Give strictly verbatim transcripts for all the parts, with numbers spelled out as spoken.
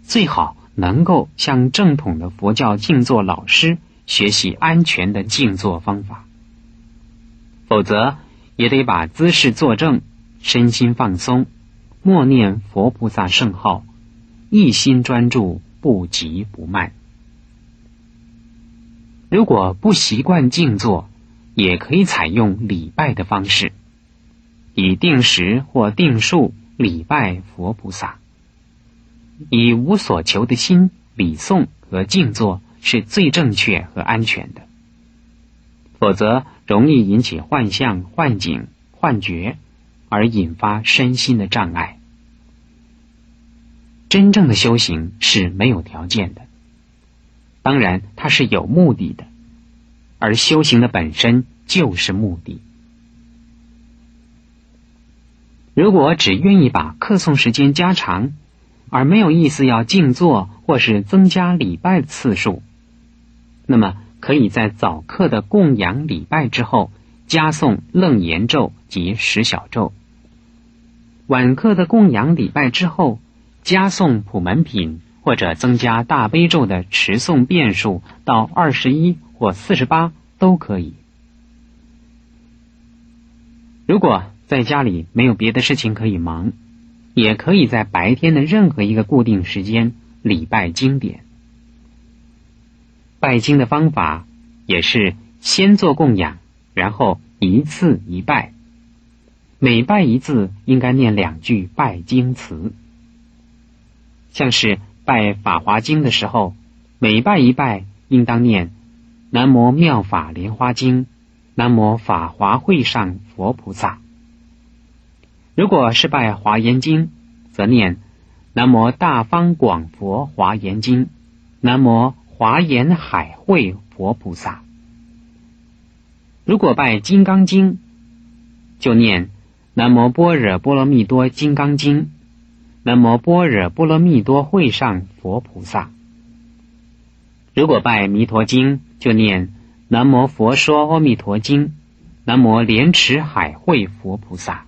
最好能够向正统的佛教静坐老师学习安全的静坐方法，否则也得把姿势坐正，身心放松，默念佛菩萨圣号，一心专注，不急不慢。如果不习惯静坐，也可以采用礼拜的方式，以定时或定数礼拜佛菩萨。以无所求的心礼诵和静坐是最正确和安全的，否则容易引起幻象、幻境、幻觉，而引发身心的障碍。真正的修行是没有条件的，当然它是有目的的，而修行的本身就是目的。如果只愿意把课诵时间加长，而没有意思要静坐或是增加礼拜的次数，那么可以在早课的供养礼拜之后加诵楞严咒及十小咒，晚课的供养礼拜之后加诵普门品或者增加大悲咒的持诵遍数到二十一或四十八都可以。如果在家里没有别的事情可以忙，也可以在白天的任何一个固定时间礼拜经典。拜经的方法也是先做供养，然后一次一拜，每拜一字应该念两句拜经词。像是拜法华经的时候，每拜一拜应当念南无妙法莲花经，南无法华会上佛菩萨。如果是拜华严经，则念南无大方广佛华严经，南无华严海会佛菩萨。如果拜金刚经，就念南无般若波罗蜜多金刚经，南无般若波罗蜜多会上佛菩萨。如果拜弥陀经，就念南无佛说阿弥陀经，南无莲池海会佛菩萨。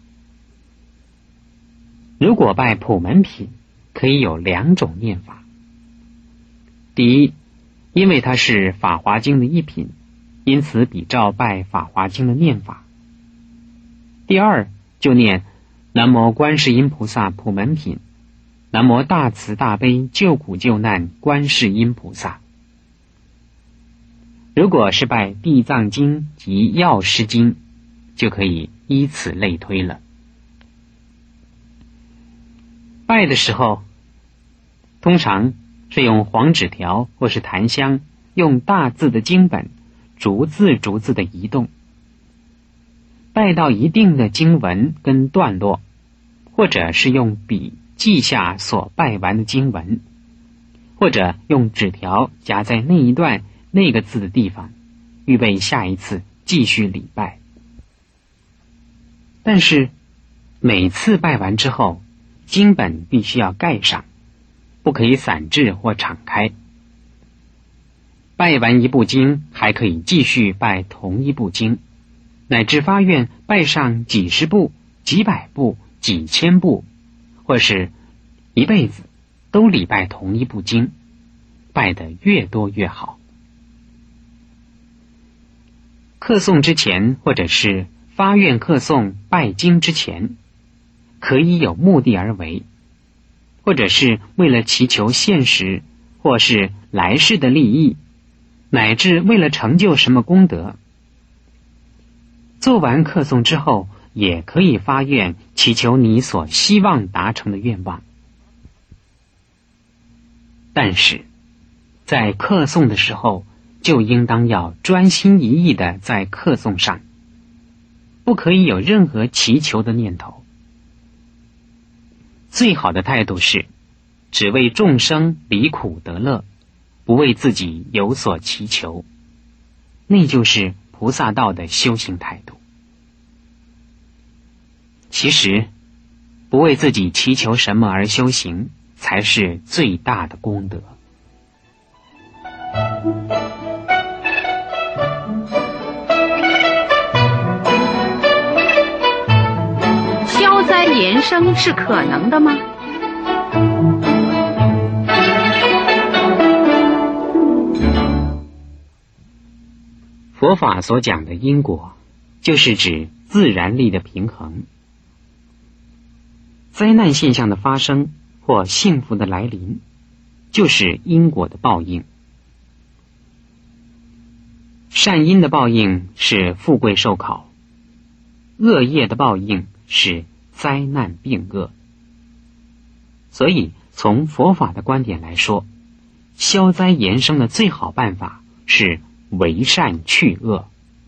如果拜普门品，可以有两种念法。第一，因为它是法华经的一品，因此比照拜法华经的念法。第二，就念南无观世音菩萨普门品，南无大慈大悲救苦救难观世音菩萨。如果是拜地藏经及药师经，就可以依此类推了。拜的时候，通常是用黄纸条或是檀香，用大字的经本逐字逐字的移动，拜到一定的经文跟段落，或者是用笔记下所拜完的经文，或者用纸条夹在那一段那个字的地方，预备下一次继续礼拜。但是每次拜完之后，经本必须要盖上，不可以散置或敞开。拜完一部经，还可以继续拜同一部经，乃至发愿拜上几十部、几百部、几千部，或是一辈子都礼拜同一部经，拜得越多越好。课诵之前，或者是发愿课诵拜经之前，可以有目的而为，或者是为了祈求现实或是来世的利益，乃至为了成就什么功德。做完课诵之后，也可以发愿祈求你所希望达成的愿望。但是在课诵的时候，就应当要专心一意的在课诵上，不可以有任何祈求的念头。最好的态度是只为众生离苦得乐，不为自己有所祈求，那就是菩萨道的修行态度。其实不为自己祈求什么而修行，才是最大的功德。 消灾延生是可能的吗？ 佛法所讲的因果，就是指自然力的平衡。灾难现象的发生或幸福的来临，就是因果的报应。善因的报应是富贵寿考，恶业的报应是灾难病恶。所以从佛法的观点来说，消灾延生的最好办法是为善去恶。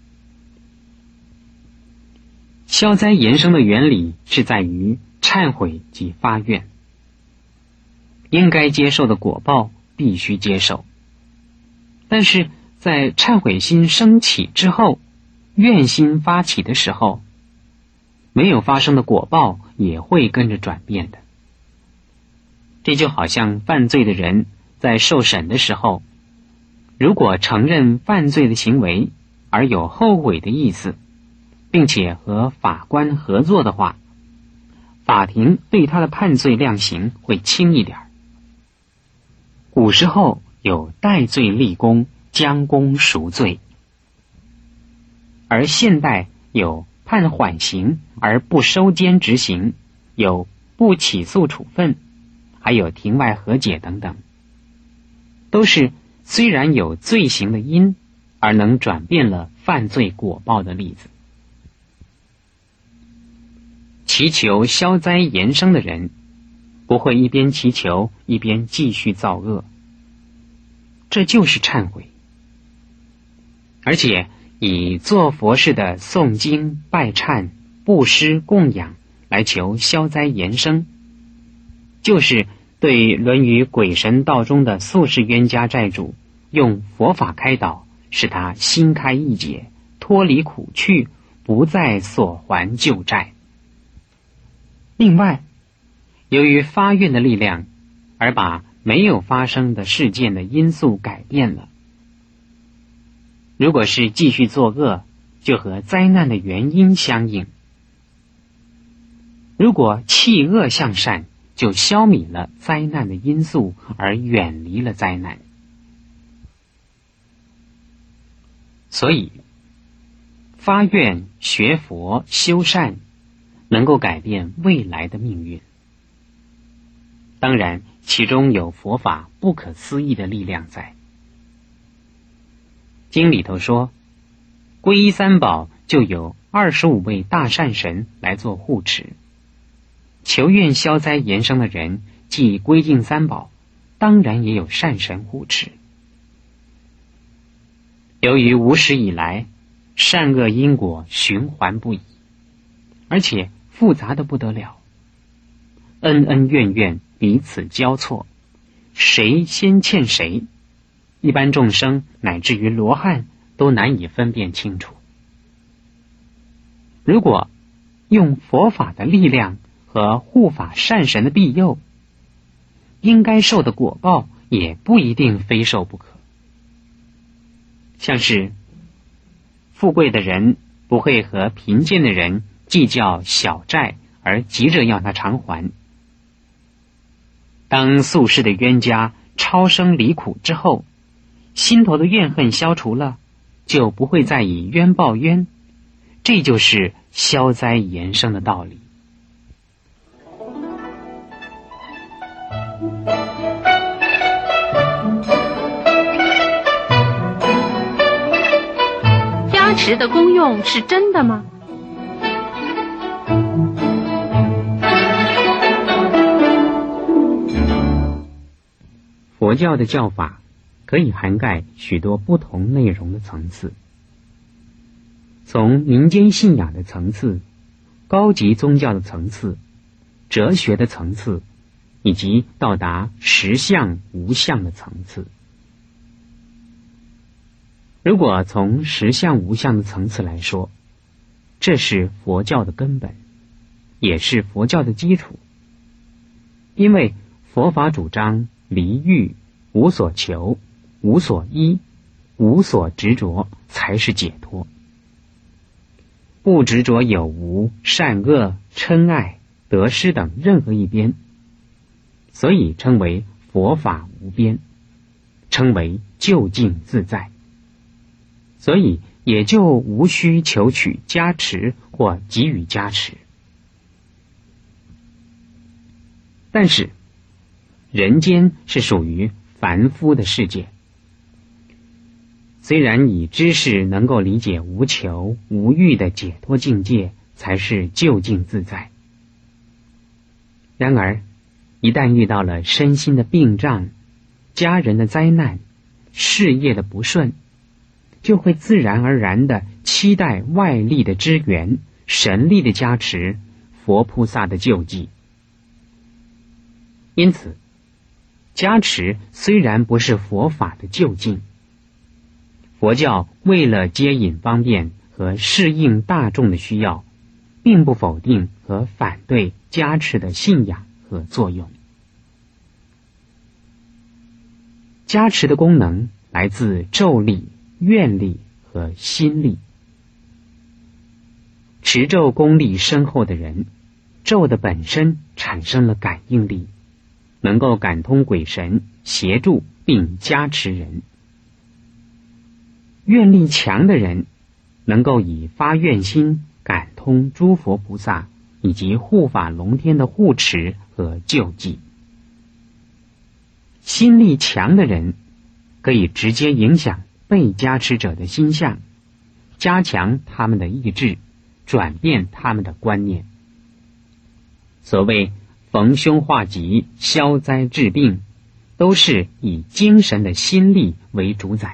消灾延生的原理是在于忏悔及发愿，应该接受的果报必须接受，但是在忏悔心升起之后，愿心发起的时候，没有发生的果报也会跟着转变的。这就好像犯罪的人在受审的时候，如果承认犯罪的行为而有后悔的意思，并且和法官合作的话，法庭对他的判罪量刑会轻一点。古时候有戴罪立功、将功赎罪，而现代有判缓刑而不收监执行，有不起诉处分，还有庭外和解等等，都是虽然有罪行的因，而能转变了犯罪果报的例子。祈求消灾延生的人，不会一边祈求一边继续造恶，这就是忏悔。而且以做佛事的诵经、拜忏、布施、供养来求消灾延生，就是对沦于鬼神道中的宿世冤家债主用佛法开导，使他心开意解，脱离苦趣，不再所还旧债。另外，由于发愿的力量，而把没有发生的事件的因素改变了。如果是继续作恶，就和灾难的原因相应；如果弃恶向善，就消弭了灾难的因素，而远离了灾难。所以发愿、学佛、修善能够改变未来的命运。当然其中有佛法不可思议的力量在。经里头说，皈依三宝就有二十五位大善神来做护持，求愿消灾延生的人既归敬三宝，当然也有善神护持。由于无始以来善恶因果循环不已，而且复杂的不得了，恩恩怨怨彼此交错，谁先欠谁，一般众生乃至于罗汉都难以分辨清楚。如果用佛法的力量和护法善神的庇佑，应该受的果报也不一定非受不可。像是富贵的人不会和贫贱的人计较小债而急着要他偿还。当宿世的冤家超生离苦之后，心头的怨恨消除了，就不会再以冤报冤，这就是消灾延生的道理。 加持的功用是真的吗？ 佛教的教法可以涵盖许多不同内容的层次，从民间信仰的层次、高级宗教的层次、哲学的层次，以及到达实相无相的层次。如果从实相无相的层次来说，这是佛教的根本，也是佛教的基础。因为佛法主张离欲、无所求、无所依、无所执着才是解脱，不执着有无、善恶、嗔爱、得失等任何一边，所以称为佛法无边，称为究竟自在。所以也就无需求取加持或给予加持。但是人间是属于凡夫的世界，虽然以知识能够理解无求无欲的解脱境界才是究竟自在，然而一旦遇到了身心的病障、家人的灾难、事业的不顺，就会自然而然地期待外力的支援、神力的加持、佛菩萨的救济。因此加持虽然不是佛法的究竟，佛教为了接引方便和适应大众的需要，并不否定和反对加持的信仰和作用。加持的功能来自咒力、愿力和心力。持咒功力深厚的人，咒的本身产生了感应力，能够感通鬼神，协助并加持人。愿力强的人，能够以发愿心感通诸佛菩萨以及护法龙天的护持和救济。心力强的人，可以直接影响被加持者的心象，加强他们的意志，转变他们的观念。所谓逢凶化吉、消灾治病，都是以精神的心力为主宰。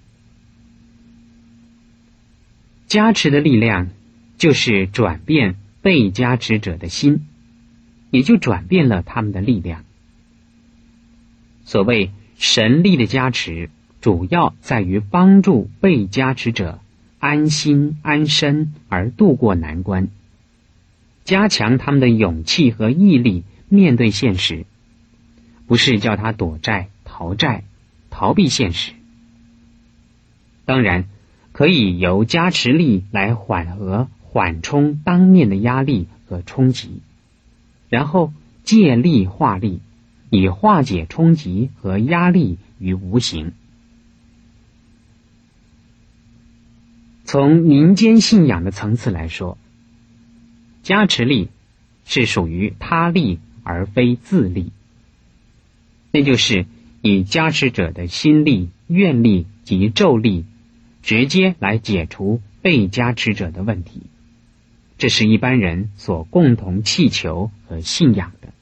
加持的力量就是转变被加持者的心，也就转变了他们的力量。所谓神力的加持，主要在于帮助被加持者安心安身而度过难关，加强他们的勇气和毅力面对现实，不是叫他躲债、逃债、逃避现实。当然可以由加持力来缓和、缓冲当面的压力和冲击，然后借力化力，以化解冲击和压力于无形。从民间信仰的层次来说，加持力是属于他力而非自力，那就是以加持者的心力、愿力及咒力直接来解除被加持者的问题，这是一般人所共同祈求和信仰的。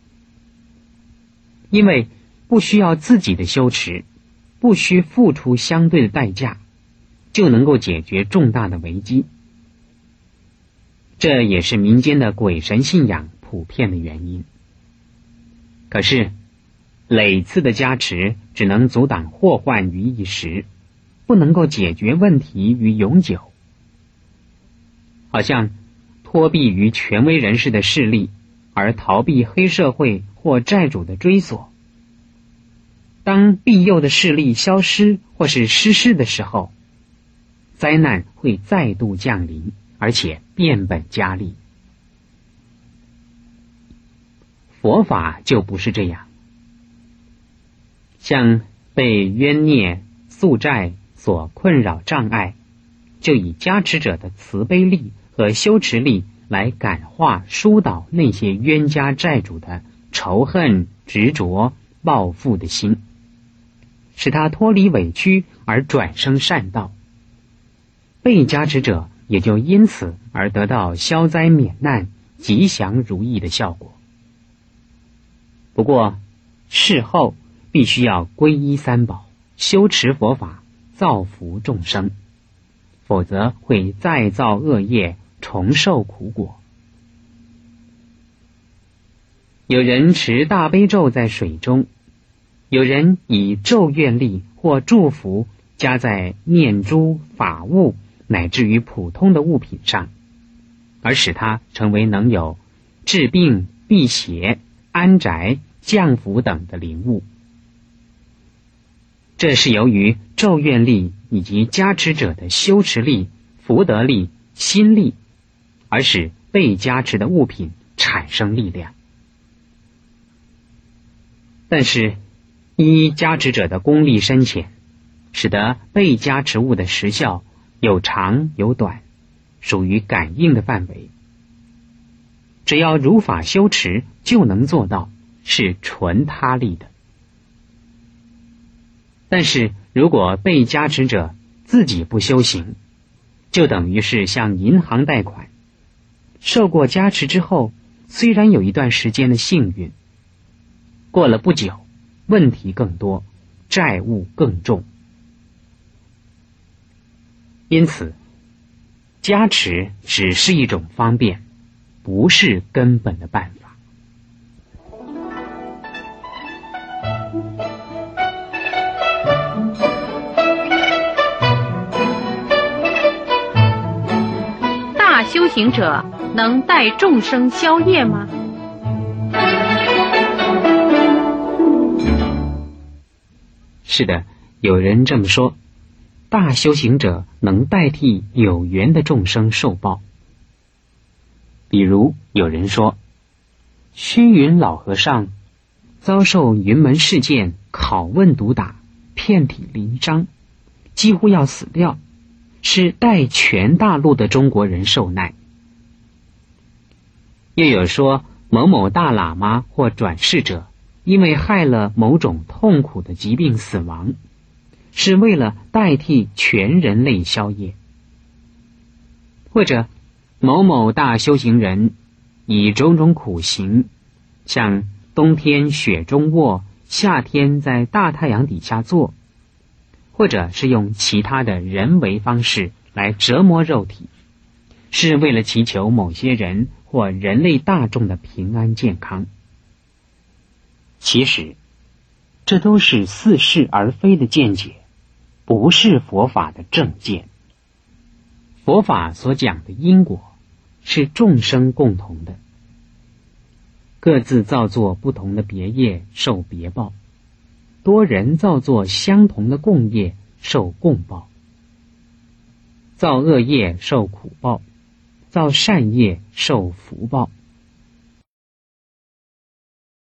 因为不需要自己的修持，不需付出相对的代价，就能够解决重大的危机。这也是民间的鬼神信仰普遍的原因。可是累次的加持只能阻挡祸患于一时，不能够解决问题于永久。好像脱避于权威人士的势力，而逃避黑社会或债主的追索。当庇佑的势力消失或是失势的时候，灾难会再度降临，而且变本加厉。佛法就不是这样，像被冤孽、宿债所困扰障碍，就以加持者的慈悲力和修持力来感化疏导那些冤家债主的仇恨、执着、报复的心，使他脱离委屈而转生善道。被加持者也就因此而得到消灾免难、吉祥如意的效果。不过事后必须要皈依三宝，修持佛法，造福众生，否则会再造恶业，重受苦果。有人持大悲咒在水中，有人以咒愿力或祝福加在念珠、法物乃至于普通的物品上，而使它成为能有治病、辟邪、安宅、降福等的灵物。这是由于咒愿力以及加持者的修持力、福德力、心力，而使被加持的物品产生力量。但是依加持者的功力深浅，使得被加持物的实效有长有短，属于感应的范围。只要如法修持，就能做到，是纯他力的。但是如果被加持者自己不修行，就等于是向银行贷款，受过加持之后，虽然有一段时间的幸运，过了不久，问题更多，债务更重。因此，加持只是一种方便，不是根本的办法。 大修行者能带众生消业吗？ 是的，有人这么说，大修行者能代替有缘的众生受报。比如有人说，虚云老和尚遭受云门事件拷问毒打，遍体鳞伤，几乎要死掉，是代全大陆的中国人受难。又有说，某某大喇嘛或转世者因为害了某种痛苦的疾病死亡，是为了代替全人类消业。或者某某大修行人以种种苦行，像冬天雪中卧，夏天在大太阳底下坐，或者是用其他的人为方式来折磨肉体，是为了祈求某些人或人类大众的平安健康。其实这都是似是而非的见解，不是佛法的正见。佛法所讲的因果是众生共同的，各自造作不同的别业，受别报；多人造作相同的共业，受共报。造恶业受苦报，造善业受福报。